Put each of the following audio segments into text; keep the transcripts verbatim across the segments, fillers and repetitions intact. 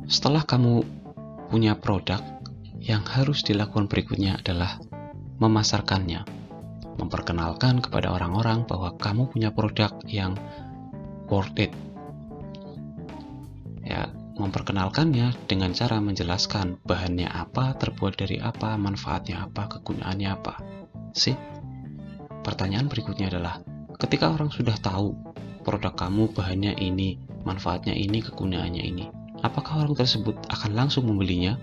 Setelah kamu punya produk, yang harus dilakukan berikutnya adalah memasarkannya, memperkenalkan kepada orang-orang bahwa kamu punya produk yang worth it. Ya, memperkenalkannya dengan cara menjelaskan bahannya apa, terbuat dari apa, manfaatnya apa, kegunaannya apa. Sih? Pertanyaan berikutnya adalah, ketika orang sudah tahu produk kamu bahannya ini, manfaatnya ini, kegunaannya ini, apakah orang tersebut akan langsung membelinya?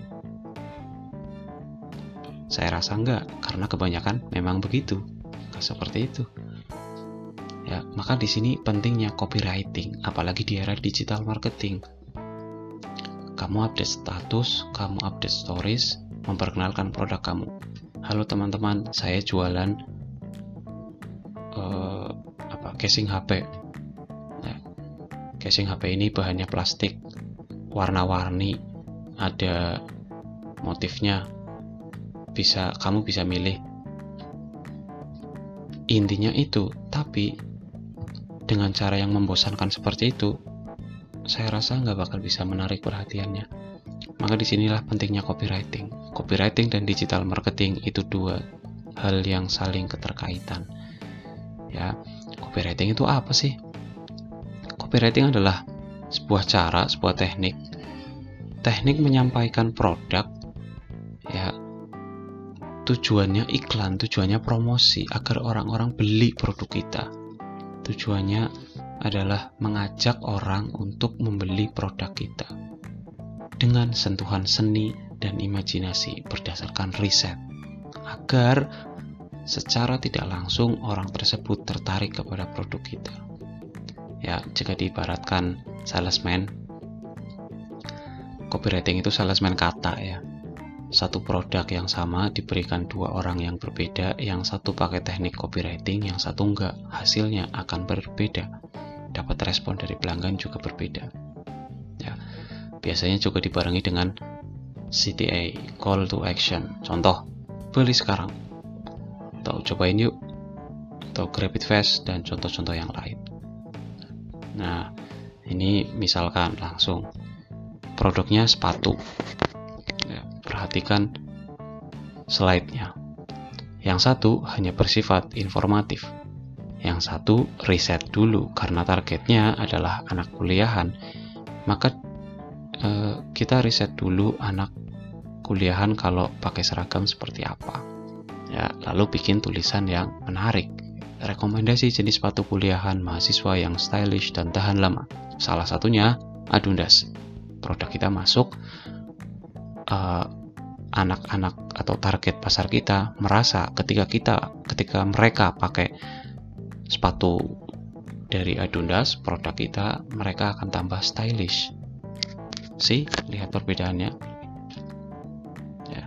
Saya rasa enggak, karena kebanyakan memang begitu, nggak seperti itu. Ya, maka di sini pentingnya copywriting, apalagi di era digital marketing. Kamu update status, kamu update stories, memperkenalkan produk kamu. Halo teman-teman, saya jualan uh, apa casing H P. Ya, casing H P ini bahannya plastik, warna-warni, ada motifnya. Bisa kamu bisa milih, intinya itu. Tapi dengan cara yang membosankan seperti itu, saya rasa nggak bakal bisa menarik perhatiannya. Maka disinilah pentingnya copywriting. Copywriting dan digital marketing itu dua hal yang saling keterkaitan. Ya, copywriting itu apa sih? Copywriting adalah sebuah cara, sebuah teknik, teknik menyampaikan produk, ya. Tujuannya iklan, tujuannya promosi agar orang-orang beli produk kita. Tujuannya adalah mengajak orang untuk membeli produk kita dengan sentuhan seni dan imajinasi berdasarkan riset, agar secara tidak langsung orang tersebut tertarik kepada produk kita. Ya, jika diibaratkan salesman, copywriting itu salesman kata ya. Satu produk yang sama diberikan dua orang yang berbeda, yang satu pakai teknik copywriting, yang satu enggak, hasilnya akan berbeda. Dapat respon dari pelanggan juga berbeda. Ya, biasanya juga dibarengi dengan C T A, call to action. Contoh, beli sekarang, atau cobain yuk, atau grab it fast, dan contoh-contoh yang lain. Nah, ini misalkan langsung produknya sepatu. Perhatikan slide-nya. Yang satu hanya bersifat informatif. Yang satu riset dulu, karena targetnya adalah anak kuliahan. Maka eh, kita riset dulu anak kuliahan kalau pakai seragam seperti apa. Ya, lalu bikin tulisan yang menarik. Rekomendasi jenis sepatu kuliahan mahasiswa yang stylish dan tahan lama. Salah satunya Adundas. Produk kita masuk, uh, anak-anak atau target pasar kita merasa ketika kita ketika mereka pakai sepatu dari Adundas, produk kita, mereka akan tambah stylish. Sih, lihat perbedaannya. Ya.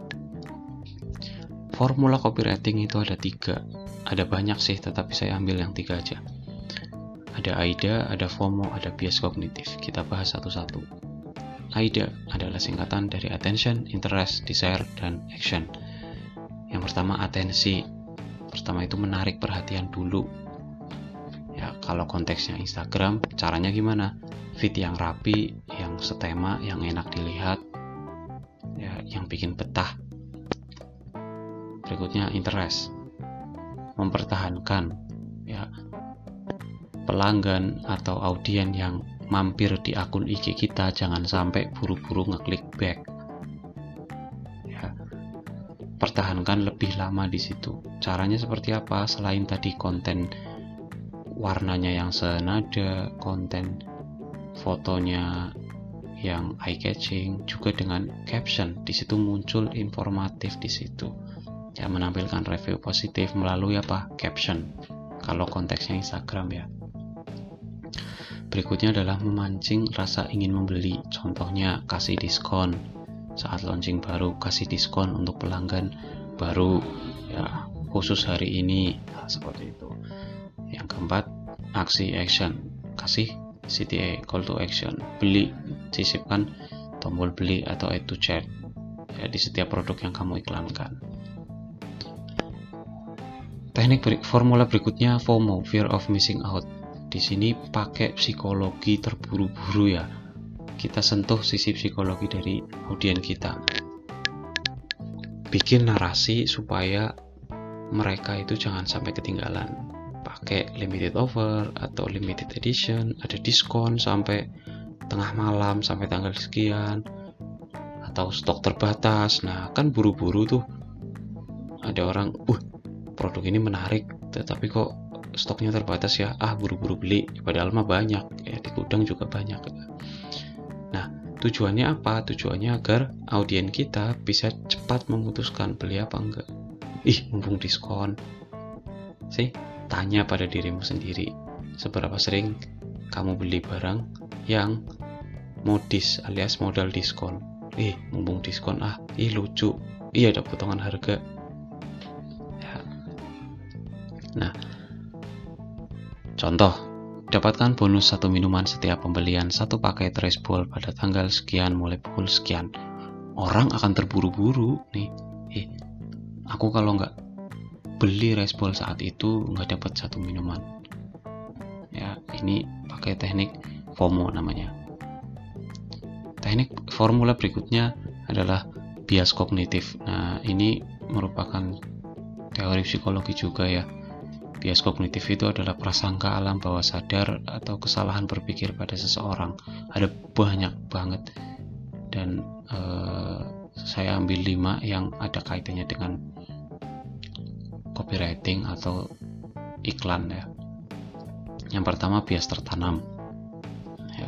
Formula copywriting itu ada tiga. Ada banyak sih, tetapi saya ambil yang tiga aja. Ada AIDA, ada FOMO, ada bias kognitif. Kita bahas satu-satu. AIDA adalah singkatan dari attention, interest, desire, dan action. Yang pertama atensi. Pertama itu menarik perhatian dulu. Ya, kalau konteksnya Instagram, caranya gimana? Feed yang rapi, yang setema, yang enak dilihat, ya, yang bikin betah. Berikutnya interest. Mempertahankan, ya, pelanggan atau audien yang mampir di akun I G kita jangan sampai buru-buru ngeklik back. Ya, pertahankan lebih lama di situ. Caranya seperti apa? Selain tadi konten warnanya yang senada, konten fotonya yang eye catching, juga dengan caption. Di situ muncul informatif di situ. Ya, menampilkan review positif melalui apa? Caption. Kalau konteksnya Instagram ya. Berikutnya adalah memancing rasa ingin membeli. Contohnya kasih diskon saat launching baru, kasih diskon untuk pelanggan baru ya, khusus hari ini. Nah, seperti itu. Yang keempat, aksi action. Kasih C T A, call to action. Beli, sisipkan tombol beli atau add to cart ya, di setiap produk yang kamu iklankan. Teknik beri, formula berikutnya FOMO, fear of missing out. Di sini pakai psikologi terburu-buru ya. kita sentuh sisi psikologi dari audiens kita. Bikin narasi supaya mereka itu jangan sampai ketinggalan. Pakai limited offer atau limited edition, ada diskon sampai tengah malam, sampai tanggal sekian, atau stok terbatas. Nah, kan buru-buru tuh ada orang, uh produk ini menarik, tetapi kok stoknya terbatas ya, ah buru-buru beli, padahal mah banyak ya, di gudang juga banyak. Nah, tujuannya apa? Tujuannya agar audiens kita bisa cepat memutuskan beli apa enggak. Ih, mumpung diskon sih, tanya pada dirimu sendiri, seberapa sering kamu beli barang yang modis alias modal diskon. Ih, mumpung diskon, ah ih lucu, iya ada potongan harga ya. Nah, contoh, dapatkan bonus satu minuman setiap pembelian satu paket Rice Bowl pada tanggal sekian mulai pukul sekian. Orang akan terburu-buru nih, eh aku kalau nggak beli Rice Bowl saat itu nggak dapat satu minuman. Ya, ini pakai teknik FOMO namanya. Teknik formula berikutnya adalah bias kognitif. Nah, ini merupakan teori psikologi juga ya. Bias kognitif itu adalah prasangka alam bawah sadar atau kesalahan berpikir pada seseorang. Ada banyak banget, dan eh, saya ambil lima yang ada kaitannya dengan copywriting atau iklan ya. Yang pertama, bias tertanam ya.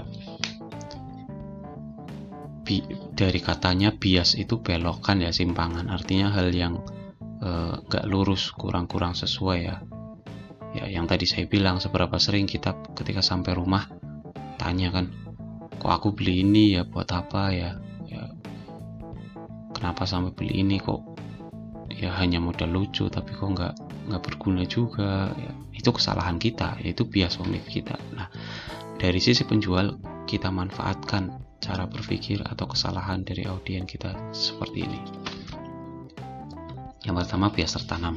Bi dari katanya bias itu belokan ya, simpangan, artinya hal yang nggak eh, lurus, kurang-kurang sesuai ya. Ya, yang tadi saya bilang, seberapa sering kita ketika sampai rumah tanya kan, kok aku beli ini ya, buat apa ya, ya kenapa sampai beli ini, kok ya hanya modal lucu tapi kok nggak nggak berguna juga ya. Itu kesalahan kita, yaitu bias kognitif kita. Nah, dari sisi penjual, kita manfaatkan cara berpikir atau kesalahan dari audiens kita seperti ini. Yang pertama, bias tertanam.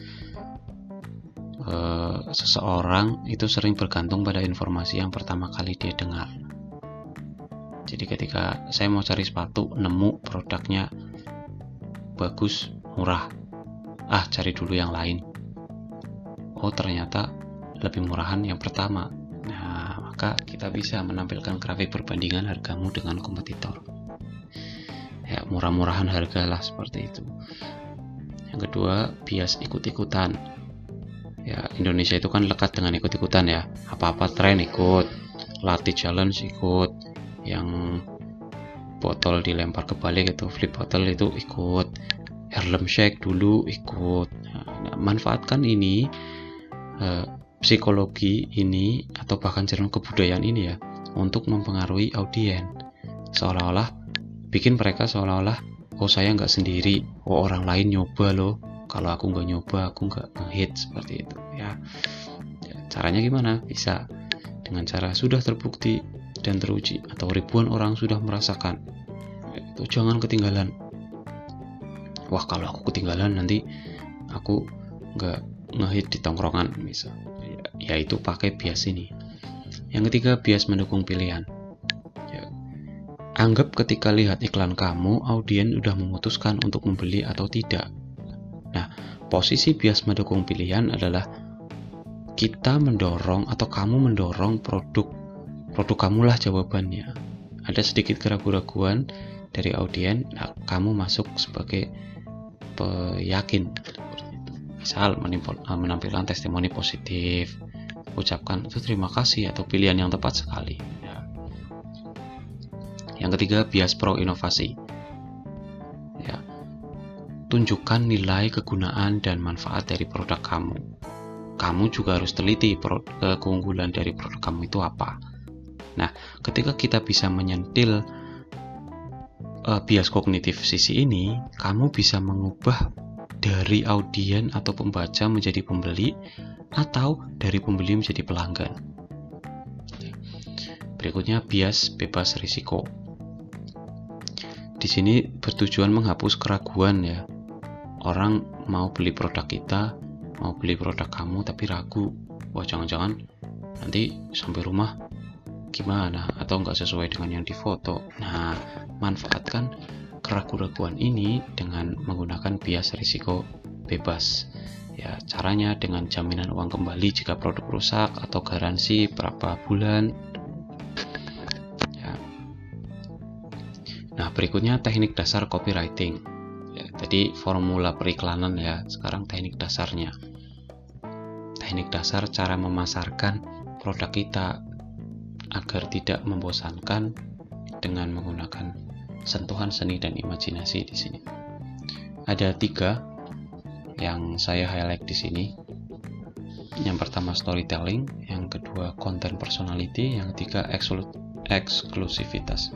Uh, seseorang itu sering bergantung pada informasi yang pertama kali dia dengar. Jadi ketika saya mau cari sepatu, nemu produknya bagus, murah, ah cari dulu yang lain. Oh, ternyata lebih murahan yang pertama. Nah, maka kita bisa menampilkan grafik perbandingan hargamu dengan kompetitor. Ya, murah-murahan harga lah, seperti itu. Yang kedua, bias ikut-ikutan. Ya, Indonesia itu kan lekat dengan ikut-ikutan ya. Apa-apa tren ikut, latih challenge ikut, yang botol dilempar kebalik itu flip bottle itu ikut, Harlem Shake dulu ikut. Nah, manfaatkan ini eh, psikologi ini atau bahkan jalan kebudayaan ini ya, untuk mempengaruhi audiens, seolah-olah bikin mereka seolah-olah, oh saya nggak sendiri, oh orang lain nyoba loh, kalau aku nggak nyoba aku nggak ngehit, seperti itu ya. Caranya gimana? Bisa dengan cara sudah terbukti dan teruji atau ribuan orang sudah merasakan. Itu jangan ketinggalan. Wah, kalau aku ketinggalan nanti aku nggak ngehit di tongkrongan misal. Ya, yaitu pakai bias ini. Yang ketiga, bias mendukung pilihan. Ya, anggap ketika lihat iklan kamu, audiens udah memutuskan untuk membeli atau tidak. Nah, posisi bias mendukung pilihan adalah kita mendorong atau kamu mendorong produk produk kamulah jawabannya. Ada sedikit keraguan-keraguan dari audiens, nah, kamu masuk sebagai peyakin. Misal menampilkan testimoni positif, ucapkan itu terima kasih atau pilihan yang tepat sekali. Ya. Yang ketiga, bias pro inovasi. Ya. Tunjukkan nilai, kegunaan, dan manfaat dari produk kamu. Kamu juga harus teliti keunggulan dari produk kamu itu apa. Nah, ketika kita bisa menyentil uh, bias kognitif sisi ini, kamu bisa mengubah dari audiens atau pembaca menjadi pembeli, atau dari pembeli menjadi pelanggan. Berikutnya, bias bebas risiko. Di sini bertujuan menghapus keraguan ya. Orang mau beli produk kita, mau beli produk kamu tapi ragu. Wah, jangan-jangan nanti sampai rumah gimana atau nggak sesuai dengan yang difoto. Nah, manfaatkan keraguan-keraguan ini dengan menggunakan bias risiko bebas. Ya, caranya dengan jaminan uang kembali jika produk rusak atau garansi berapa bulan. Ya. Nah, berikutnya teknik dasar copywriting. Ya, tadi formula periklanan ya, sekarang teknik dasarnya. Teknik dasar cara memasarkan produk kita agar tidak membosankan dengan menggunakan sentuhan seni dan imajinasi di sini. Ada tiga yang saya highlight di sini. Yang pertama storytelling, yang kedua content personality, yang ketiga eksklusivitas.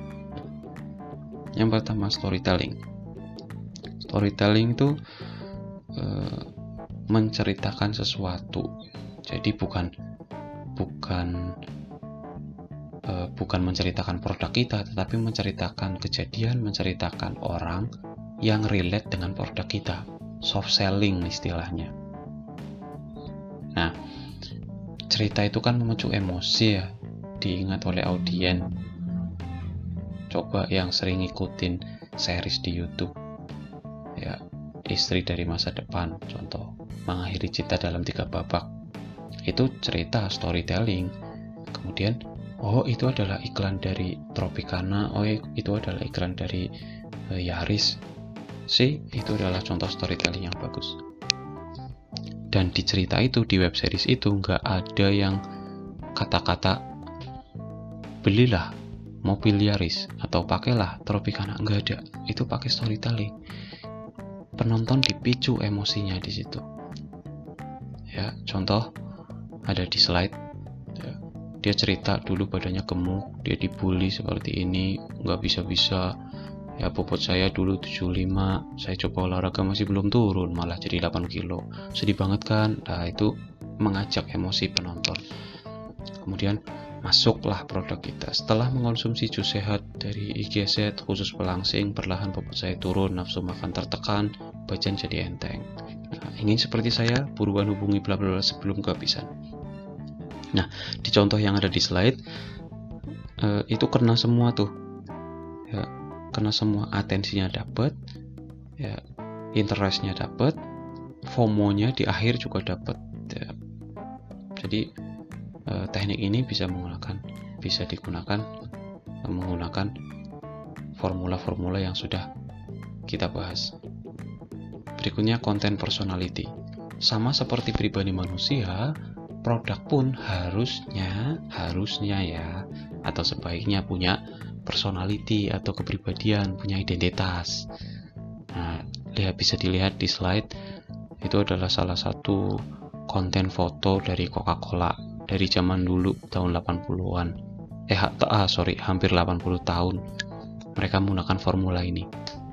Yang pertama storytelling. Storytelling itu eh, menceritakan sesuatu. Jadi bukan bukan uh, bukan menceritakan produk kita, tetapi menceritakan kejadian, menceritakan orang yang relate dengan produk kita. Soft selling istilahnya. Nah, cerita itu kan memicu emosi ya, diingat oleh audiens. Coba yang sering ngikutin series di YouTube, ya, Istri dari Masa Depan, contoh, mengakhiri cinta dalam tiga babak, itu cerita storytelling. Kemudian, oh itu adalah iklan dari Tropicana, oh itu adalah iklan dari uh, Yaris, sih itu adalah contoh storytelling yang bagus. Dan di cerita itu, di web series itu nggak ada yang kata-kata belilah mobil Yaris atau pakailah Tropicana, nggak ada. Itu pakai storytelling. Penonton dipicu emosinya di situ. Ya, contoh ada di slide. Ya, dia cerita dulu badannya gemuk, dia dibully seperti ini, nggak bisa-bisa. Ya, bobot saya dulu tujuh puluh lima, saya coba olahraga masih belum turun, malah jadi delapan kilo. Sedih banget kan? Nah, itu mengajak emosi penonton. Kemudian masuklah produk kita. Setelah mengonsumsi jus sehat dari I G Z khusus pelangsing, perlahan bobot saya turun, nafsu makan tertekan, badan jadi enteng. Nah, ingin seperti saya, buruan hubungi bla bla bla sebelum kehabisan. Nah, di contoh yang ada di slide eh, itu kena semua tuh. Ya, kena semua, atensinya dapat, ya, interestnya dapat, FOMO-nya di akhir juga dapat. Ya. Jadi teknik ini bisa menggunakan bisa digunakan menggunakan formula-formula yang sudah kita bahas. Berikutnya content personality. Sama seperti pribadi manusia, produk pun harusnya harusnya ya atau sebaiknya punya personality atau kepribadian, punya identitas. Nah, lihat bisa dilihat di slide, itu adalah salah satu konten foto dari Coca-Cola dari zaman dulu tahun delapan puluhan. Eh, ah, sorry, hampir delapan puluh tahun. Mereka menggunakan formula ini.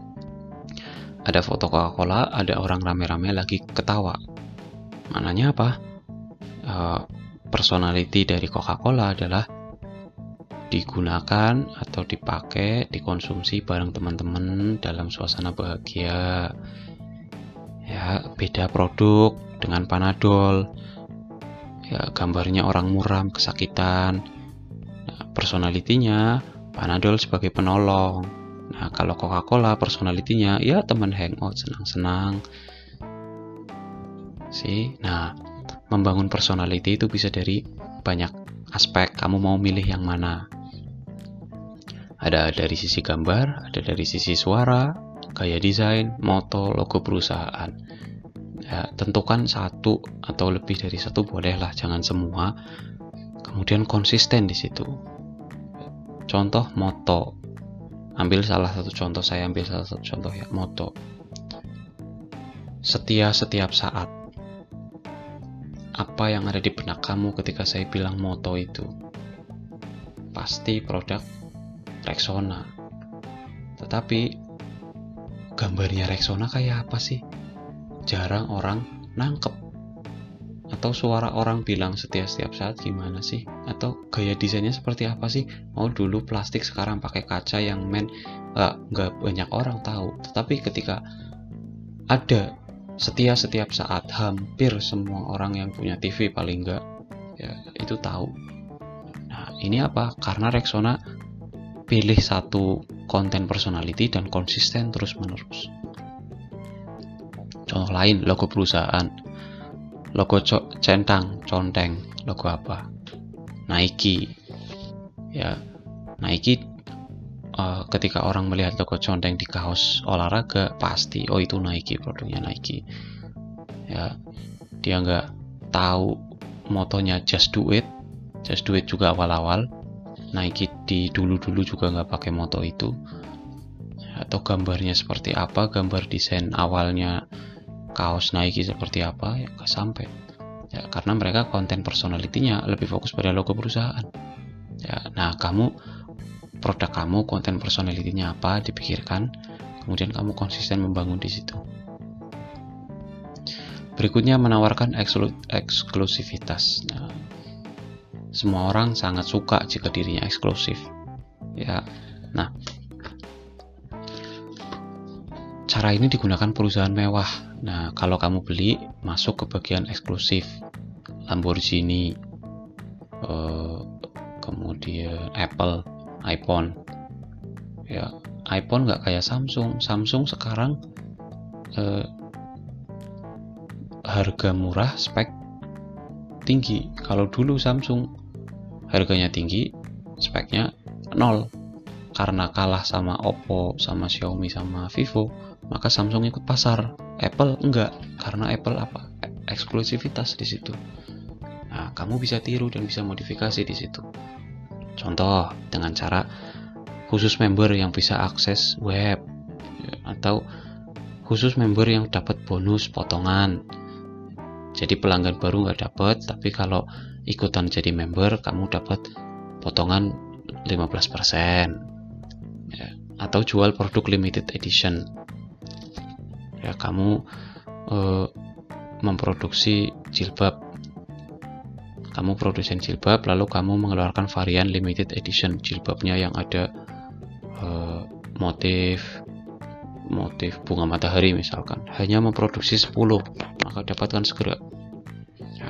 Ada foto Coca-Cola, ada orang rame-rame lagi ketawa. Maknanya apa? Uh, personality dari Coca-Cola adalah digunakan atau dipakai, dikonsumsi bareng teman-teman dalam suasana bahagia. Ya, beda produk dengan Panadol. Ya, gambarnya orang muram, kesakitan. Nah, personalitinya Panadol sebagai penolong. Nah, kalau Coca-Cola personalitinya ya teman hangout, senang-senang. Sih. Nah, membangun personality itu bisa dari banyak aspek. Kamu mau milih yang mana? Ada dari sisi gambar, ada dari sisi suara, gaya desain, moto, logo perusahaan. Ya, tentukan satu atau lebih dari satu bolehlah, jangan semua. Kemudian konsisten di situ. Contoh moto. Ambil salah satu contoh, saya ambil salah satu contoh ya, moto. Setia setiap saat. Apa yang ada di benak kamu ketika saya bilang moto itu? Pasti produk Rexona. Tetapi gambarnya Rexona kayak apa sih? Jarang orang nangkep. Atau suara orang bilang setia setiap saat gimana sih? Atau gaya desainnya seperti apa sih? Oh dulu plastik, sekarang pakai kaca yang men uh, gak banyak orang tahu. Tetapi ketika ada setia setiap saat, hampir semua orang yang punya T V paling enggak ya itu tahu. Nah, ini apa? Karena Rexona pilih satu konten personality dan konsisten terus-menerus. Contoh lain, logo perusahaan, logo co- centang, conteng, logo apa? Nike. Ya, Nike uh, ketika orang melihat logo conteng di kaos olahraga pasti, oh itu Nike, produknya Nike. Ya, dia nggak tahu motonya just do it, just do it juga awal-awal. Nike di dulu-dulu juga nggak pakai moto itu. Atau gambarnya seperti apa, gambar desain awalnya kaos Nike seperti apa, ya nggak sampai. Ya, karena mereka konten personality-nya lebih fokus pada logo perusahaan. Ya, nah kamu, produk kamu, konten personality-nya apa, dipikirkan, kemudian kamu konsisten membangun di situ. Berikutnya, menawarkan eksklu eksklusivitas. Nah, semua orang sangat suka jika dirinya eksklusif. Ya, nah cara ini digunakan perusahaan mewah. Nah, kalau kamu beli, masuk ke bagian eksklusif. Lamborghini, eh, kemudian Apple, iPhone. Ya, iPhone nggak kayak Samsung. Samsung sekarang eh, harga murah, spek tinggi. Kalau dulu Samsung harganya tinggi, speknya nol. Karena kalah sama Oppo, sama Xiaomi, sama Vivo, maka Samsung ikut pasar. Apple enggak, karena Apple apa? Eksklusivitas di situ. Nah, kamu bisa tiru dan bisa modifikasi di situ. Contoh, dengan cara khusus member yang bisa akses web, atau khusus member yang dapat bonus potongan. Jadi pelanggan baru nggak dapat, tapi kalau ikutan jadi member, kamu dapat potongan lima belas persen. Ya, atau jual produk limited edition. Ya, kamu eh, memproduksi jilbab, kamu produsen jilbab, lalu kamu mengeluarkan varian limited edition jilbabnya yang ada eh, motif motif bunga matahari misalkan, hanya memproduksi sepuluh, maka dapatkan segera. Ya,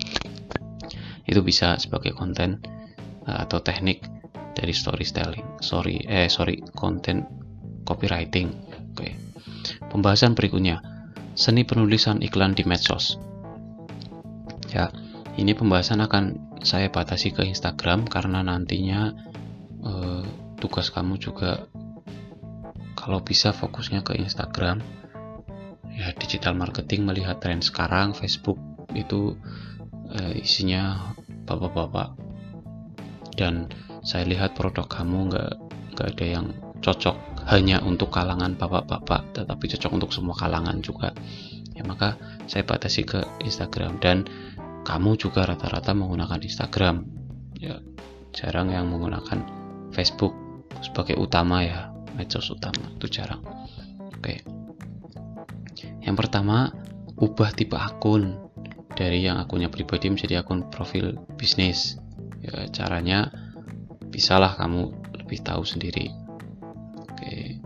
itu bisa sebagai konten eh, atau teknik dari storytelling, sorry, eh sorry, konten copywriting. Oke. Pembahasan berikutnya, seni penulisan iklan di medsos. Ya, ini pembahasan akan saya batasi ke Instagram karena nantinya eh, tugas kamu juga kalau bisa fokusnya ke Instagram. Ya, digital marketing melihat tren sekarang, Facebook itu eh, isinya bapak-bapak. Dan saya lihat produk kamu nggak nggak ada yang cocok hanya untuk kalangan bapak-bapak, tetapi cocok untuk semua kalangan juga. Ya, maka saya batasi ke Instagram, dan kamu juga rata-rata menggunakan Instagram. Ya, jarang yang menggunakan Facebook sebagai utama, ya, medsos utama itu jarang. Oke. Yang pertama, ubah tipe akun dari yang akunnya pribadi menjadi akun profil bisnis. Ya, caranya bisalah kamu lebih tahu sendiri. Oke.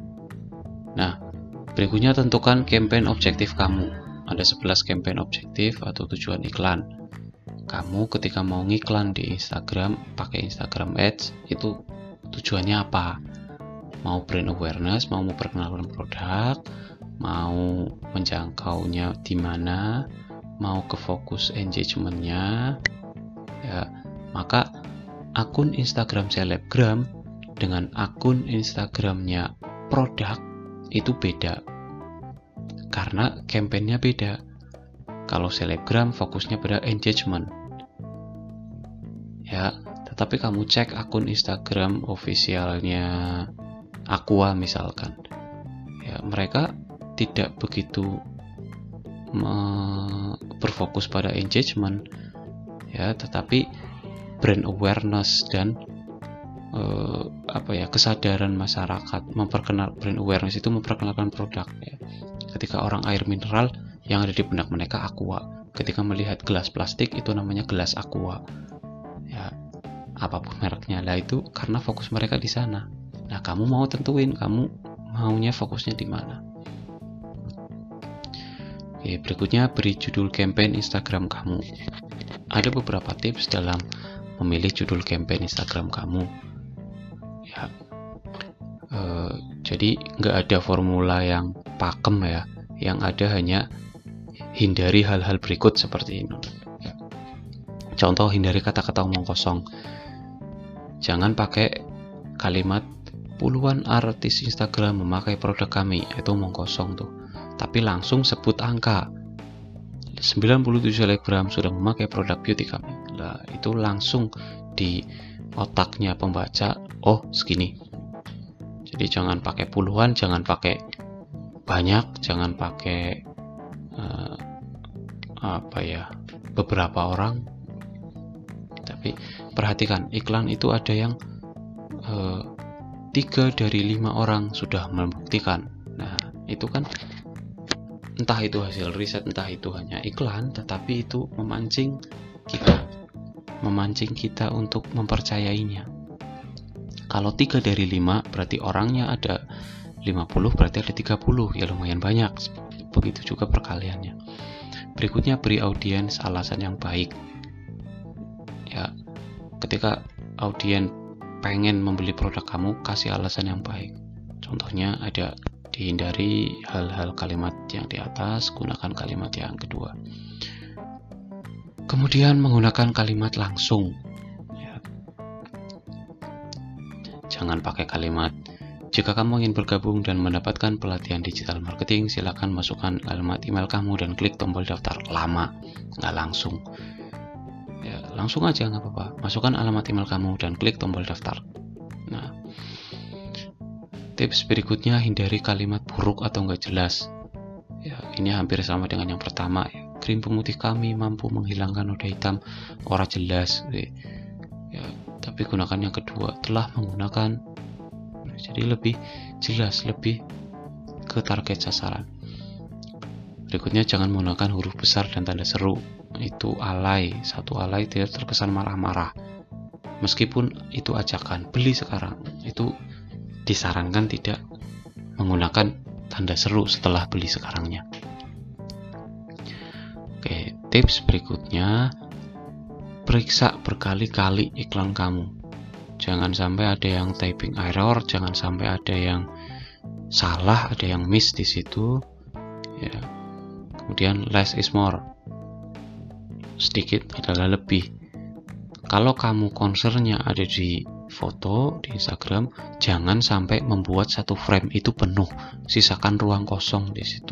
Nah, berikutnya tentukan campaign objektif kamu. Ada sebelas campaign objektif atau tujuan iklan. Kamu ketika mau ngiklan di Instagram, pakai Instagram Ads, itu tujuannya apa? Mau brand awareness, mau memperkenalkan produk, mau menjangkaunya di mana, mau ke fokus engagement-nya. Ya, maka akun Instagram selebgram dengan akun Instagramnya produk itu beda, karena campaignnya beda. Kalau selebgram fokusnya pada engagement, ya, tetapi kamu cek akun Instagram officialnya Aqua misalkan, ya, mereka tidak begitu berfokus pada engagement, ya, tetapi brand awareness dan uh, apa ya kesadaran masyarakat, memperkenal brand awareness itu memperkenalkan produk. Ya. Ketika orang air mineral, yang ada di benak mereka Aqua. Ketika melihat gelas plastik, itu namanya gelas Aqua. Ya, apapun mereknya lah, itu karena fokus mereka di sana. Nah, kamu mau tentuin kamu maunya fokusnya di mana. Oke, berikutnya beri judul campaign Instagram kamu. Ada beberapa tips dalam memilih judul campaign Instagram kamu. Ya, uh, jadi nggak ada formula yang pakem ya, yang ada hanya hindari hal-hal berikut seperti ini. Ya. Contoh, hindari kata-kata omong kosong. Jangan pakai kalimat puluhan artis Instagram memakai produk kami, itu omong kosong tuh. Tapi langsung sebut angka. sembilan puluh tujuh selebgram sudah memakai produk beauty kami. Nah, itu langsung di otaknya pembaca, oh segini. Jadi jangan pakai puluhan, jangan pakai banyak, jangan pakai uh, apa ya, beberapa orang. Tapi perhatikan, iklan itu ada yang uh, tiga dari lima orang sudah membuktikan. Nah, itu kan entah itu hasil riset, entah itu hanya iklan, tetapi itu memancing kita, memancing kita untuk mempercayainya. Kalau tiga dari lima, berarti orangnya ada lima puluh, berarti ada tiga puluh, ya lumayan banyak. Begitu juga perkaliannya. Berikutnya, beri audiens alasan yang baik. Ya, ketika audiens pengen membeli produk kamu, kasih alasan yang baik. Contohnya ada, dihindari hal-hal kalimat yang di atas, gunakan kalimat yang kedua. Kemudian menggunakan kalimat langsung. Ya. Jangan pakai kalimat, jika kamu ingin bergabung dan mendapatkan pelatihan digital marketing, silakan masukkan alamat email kamu dan klik tombol daftar. Lama, nggak langsung. Ya, langsung aja nggak apa-apa. Masukkan alamat email kamu dan klik tombol daftar. Nah, tips berikutnya, hindari kalimat buruk atau nggak jelas. Ya, ini hampir sama dengan yang pertama. Ya. Krim pemutih kami mampu menghilangkan noda hitam, ora jelas. Ya, tapi gunakan yang kedua, telah menggunakan. Jadi lebih jelas, lebih ke target sasaran. Berikutnya, jangan menggunakan huruf besar dan tanda seru. Itu alay, satu alay tidak terkesan marah-marah. Meskipun itu ajakan, beli sekarang. Itu disarankan tidak menggunakan tanda seru setelah beli sekarangnya. Oke, tips berikutnya, periksa berkali-kali iklan kamu. Jangan sampai ada yang typing error, jangan sampai ada yang salah, ada yang miss di situ. Ya. Kemudian less is more. Sedikit adalah lebih. Kalau kamu concernnya ada di foto di Instagram, jangan sampai membuat satu frame itu penuh, sisakan ruang kosong di situ.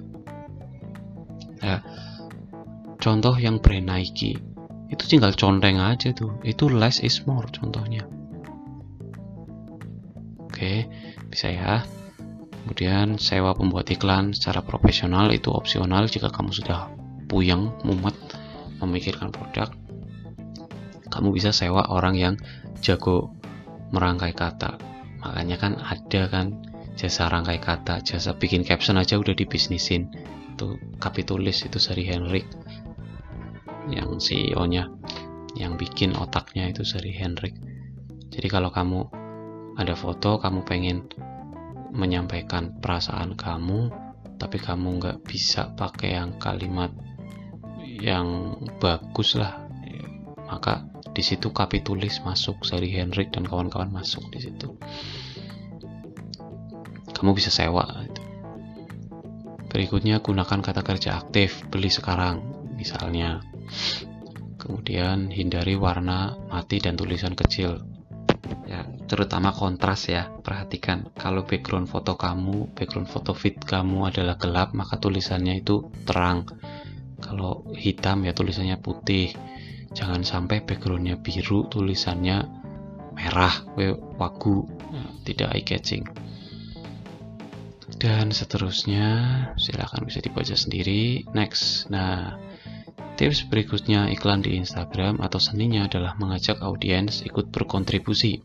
Ya, contoh yang brand Nike itu tinggal conteng aja tuh, itu less is more contohnya. Oke, bisa ya. Kemudian sewa pembuat iklan secara profesional itu opsional jika kamu sudah puyeng, mumet memikirkan produk. Kamu bisa sewa orang yang jago merangkai kata. Makanya kan ada kan jasa rangkai kata, jasa bikin caption aja udah dibisnisin. Itu Kapitulis, itu Sari Henrik yang C E O-nya, yang bikin otaknya itu Sari Henrik. Jadi kalau kamu ada foto, kamu pengen menyampaikan perasaan kamu, tapi kamu nggak bisa pakai yang kalimat yang bagus lah, maka di situ Kapitulis masuk, Sari Henrik dan kawan-kawan masuk di situ. Kamu bisa sewa. Berikutnya, gunakan kata kerja aktif, beli sekarang misalnya. Kemudian hindari warna mati dan tulisan kecil. Ya, terutama kontras ya. Perhatikan, kalau background foto kamu, background foto feed kamu adalah gelap, maka tulisannya itu terang. Kalau hitam ya tulisannya putih. Jangan sampai backgroundnya biru, tulisannya merah, wagu, tidak eye catching. Dan seterusnya, silakan bisa dibaca sendiri. Next, nah tips berikutnya, iklan di Instagram atau seninya adalah mengajak audiens ikut berkontribusi.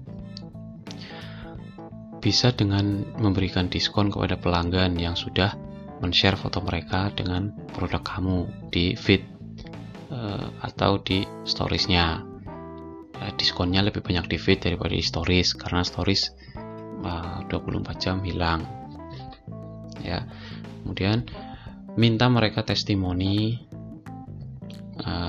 Bisa dengan memberikan diskon kepada pelanggan yang sudah men-share foto mereka dengan produk kamu di feed uh, atau di storiesnya. Uh, diskonnya lebih banyak di feed daripada di stories, karena stories uh, dua puluh empat jam hilang. Ya, kemudian minta mereka testimoni uh,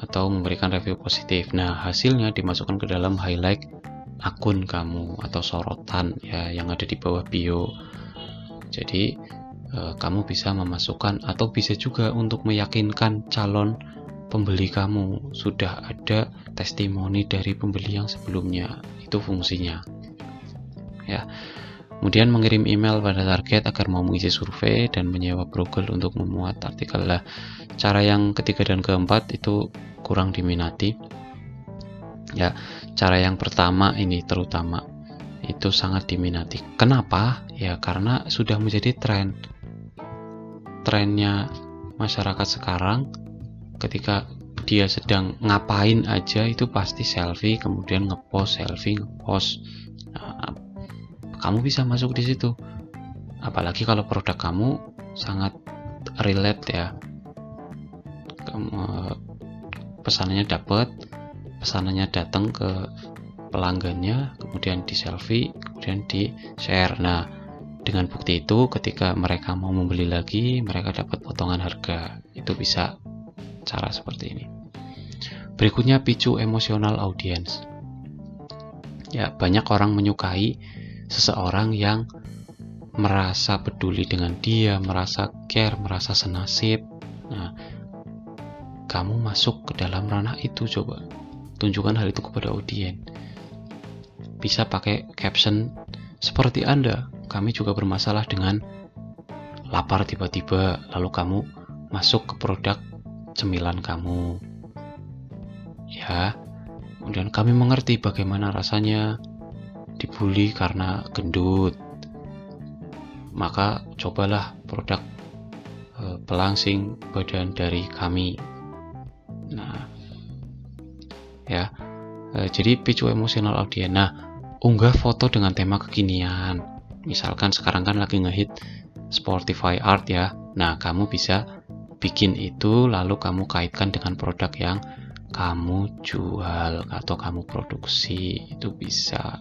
atau memberikan review positif. Nah, hasilnya dimasukkan ke dalam highlight akun kamu atau sorotan ya yang ada di bawah bio. Jadi eh, kamu bisa memasukkan atau bisa juga untuk meyakinkan calon pembeli kamu sudah ada testimoni dari pembeli yang sebelumnya. Itu fungsinya. Ya. Kemudian mengirim email pada target agar mau mengisi survei dan menyewa Google untuk memuat artikel. Lah, cara yang ketiga dan keempat itu kurang diminati. Ya, cara yang pertama ini terutama itu sangat diminati. Kenapa? Ya karena sudah menjadi tren. Trennya masyarakat sekarang ketika dia sedang ngapain aja itu pasti selfie, kemudian ngepost selfie, ngepost. Nah, kamu bisa masuk di situ. Apalagi kalau produk kamu sangat relate ya. Kamu, pesanannya dapat, pesanannya datang ke pelanggannya, kemudian di selfie, kemudian di share. Nah, dengan bukti itu ketika mereka mau membeli lagi, mereka dapat potongan harga. Itu bisa cara seperti ini. Berikutnya picu emosional audiens. Ya, banyak orang menyukai seseorang yang merasa peduli dengan dia, merasa care, merasa senasib. Nah, kamu masuk ke dalam ranah itu, coba tunjukkan hal itu kepada audiens. Bisa pakai caption seperti Anda, kami juga bermasalah dengan lapar tiba-tiba, lalu kamu masuk ke produk cemilan kamu. Ya, kemudian kami mengerti bagaimana rasanya dibully karena gendut, maka cobalah produk e, pelangsing badan dari kami. Nah, ya, e, jadi picu emosional audiens. Nah, unggah foto dengan tema kekinian. Misalkan sekarang kan lagi ngehit Spotify art ya. Nah, kamu bisa bikin itu lalu kamu kaitkan dengan produk yang kamu jual atau kamu produksi, itu bisa.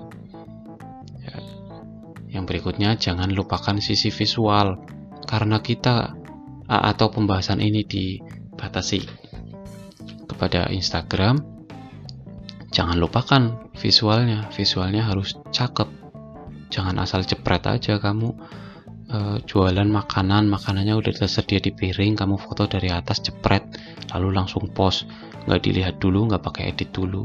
Yang berikutnya, jangan lupakan sisi visual karena kita atau pembahasan ini dibatasi kepada Instagram. Jangan lupakan visualnya, visualnya harus cakep. Jangan asal jepret aja kamu e, jualan makanan, makanannya udah tersedia di piring, kamu foto dari atas jepret, lalu langsung post, nggak dilihat dulu, nggak pakai edit dulu.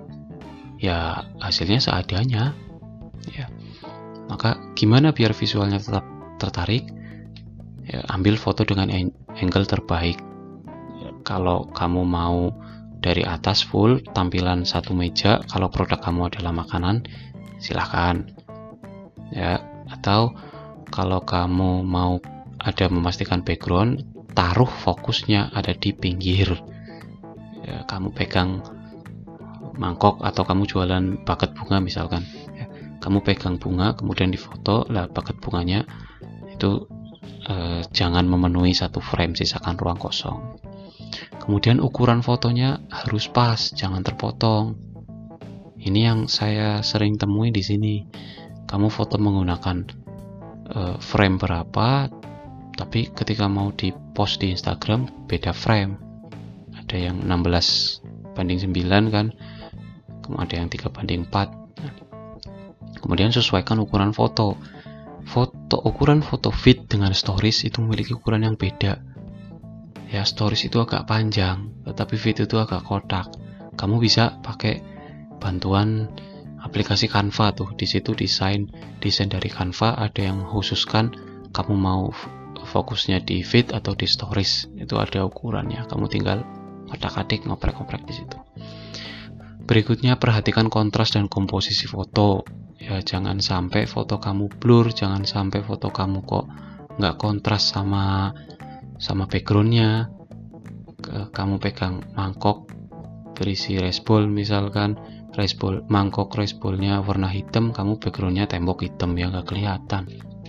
Ya hasilnya seadanya. Ya. Maka gimana biar visualnya tetap tertarik? Ya, ambil foto dengan angle terbaik. Ya, kalau kamu mau dari atas full tampilan satu meja, kalau produk kamu adalah makanan, silahkan. Ya, atau kalau kamu mau ada memastikan background, taruh fokusnya ada di pinggir. Ya, kamu pegang mangkok atau kamu jualan buket bunga misalkan. Kamu pegang bunga, kemudian difoto, lah bucket bunganya itu eh, jangan memenuhi satu frame, sisakan ruang kosong. Kemudian ukuran fotonya harus pas, jangan terpotong. Ini yang saya sering temui di sini. Kamu foto menggunakan eh, frame berapa, tapi ketika mau dipost di Instagram beda frame. Ada yang enam belas banding sembilan kan, kemudian ada yang tiga banding empat. Kemudian sesuaikan ukuran foto. Foto ukuran foto feed dengan stories itu memiliki ukuran yang beda. Ya, stories itu agak panjang, tetapi feed itu agak kotak. Kamu bisa pakai bantuan aplikasi Canva tuh. Di situ desain desain dari Canva ada yang khususkan kamu mau fokusnya di feed atau di stories. Itu ada ukurannya. Kamu tinggal otak-atik ngoprek-ngoprek di situ. Berikutnya, perhatikan kontras dan komposisi foto. Ya, jangan sampai foto kamu blur, jangan sampai foto kamu kok nggak kontras sama sama backgroundnya. Kamu pegang mangkok berisi rice bowl misalkan, rice bowl, mangkok rice bowl-nya warna hitam, kamu backgroundnya tembok hitam, ya nggak kelihatan.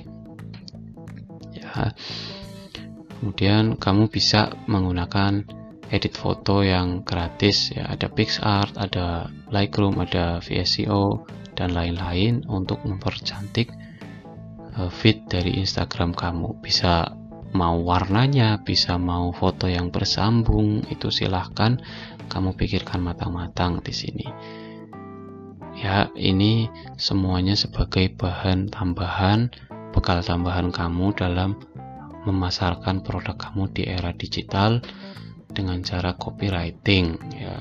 Ya, kemudian kamu bisa menggunakan edit foto yang gratis ya, ada PixArt, ada Lightroom, ada V S C O dan lain-lain untuk mempercantik uh, feed dari Instagram kamu. Bisa mau warnanya, bisa mau foto yang bersambung, itu silahkan kamu pikirkan matang-matang di sini. Ya, ini semuanya sebagai bahan tambahan, bekal tambahan kamu dalam memasarkan produk kamu di era digital dengan cara copywriting, ya.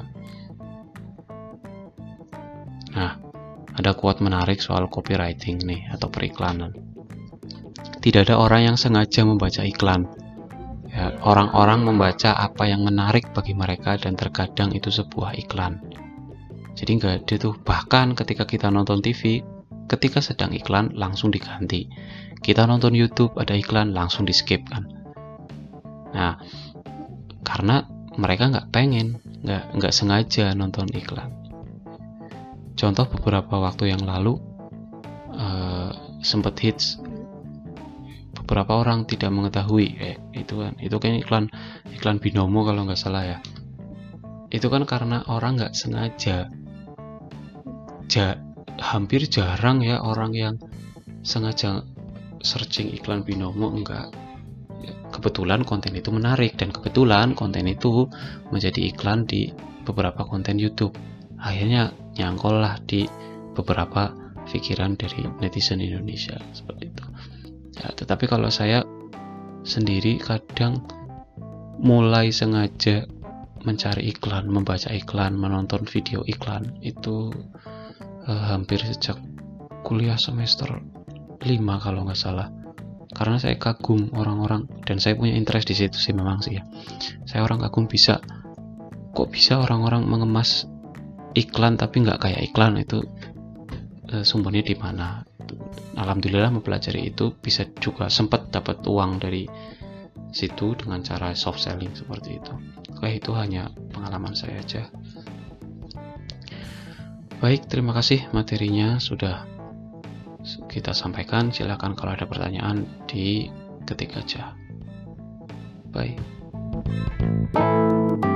Nah, ada quote menarik soal copywriting nih, atau periklanan. Tidak ada orang yang sengaja membaca iklan. Ya, orang-orang membaca apa yang menarik bagi mereka, dan terkadang itu sebuah iklan. Jadi nggak ada tuh, bahkan ketika kita nonton T V, ketika sedang iklan langsung diganti. Kita nonton YouTube ada iklan langsung di skip kan. Nah, karena mereka nggak pengen, nggak nggak sengaja nonton iklan. Contoh beberapa waktu yang lalu uh, sempat hits, beberapa orang tidak mengetahui, eh, itu kan itu kan iklan iklan Binomo kalau nggak salah ya. Itu kan karena orang nggak sengaja. Ja, hampir jarang ya orang yang sengaja searching iklan Binomo, enggak. Kebetulan konten itu menarik, dan kebetulan konten itu menjadi iklan di beberapa konten YouTube. Akhirnya nyangkol lah di beberapa pikiran dari netizen Indonesia seperti itu. Ya, tetapi kalau saya sendiri kadang mulai sengaja mencari iklan, membaca iklan, menonton video iklan itu eh, hampir sejak kuliah semester lima kalau nggak salah. Karena saya kagum orang-orang, dan saya punya interest di situ sih memang sih ya. Saya orang kagum, bisa kok bisa orang-orang mengemas iklan tapi nggak kayak iklan, itu eh, sumbernya di mana. Alhamdulillah mempelajari itu, bisa juga sempat dapat uang dari situ dengan cara soft selling seperti itu. Oke, itu hanya pengalaman saya aja. Baik, terima kasih materinya sudah kita sampaikan. Silakan kalau ada pertanyaan diketik aja. Bye.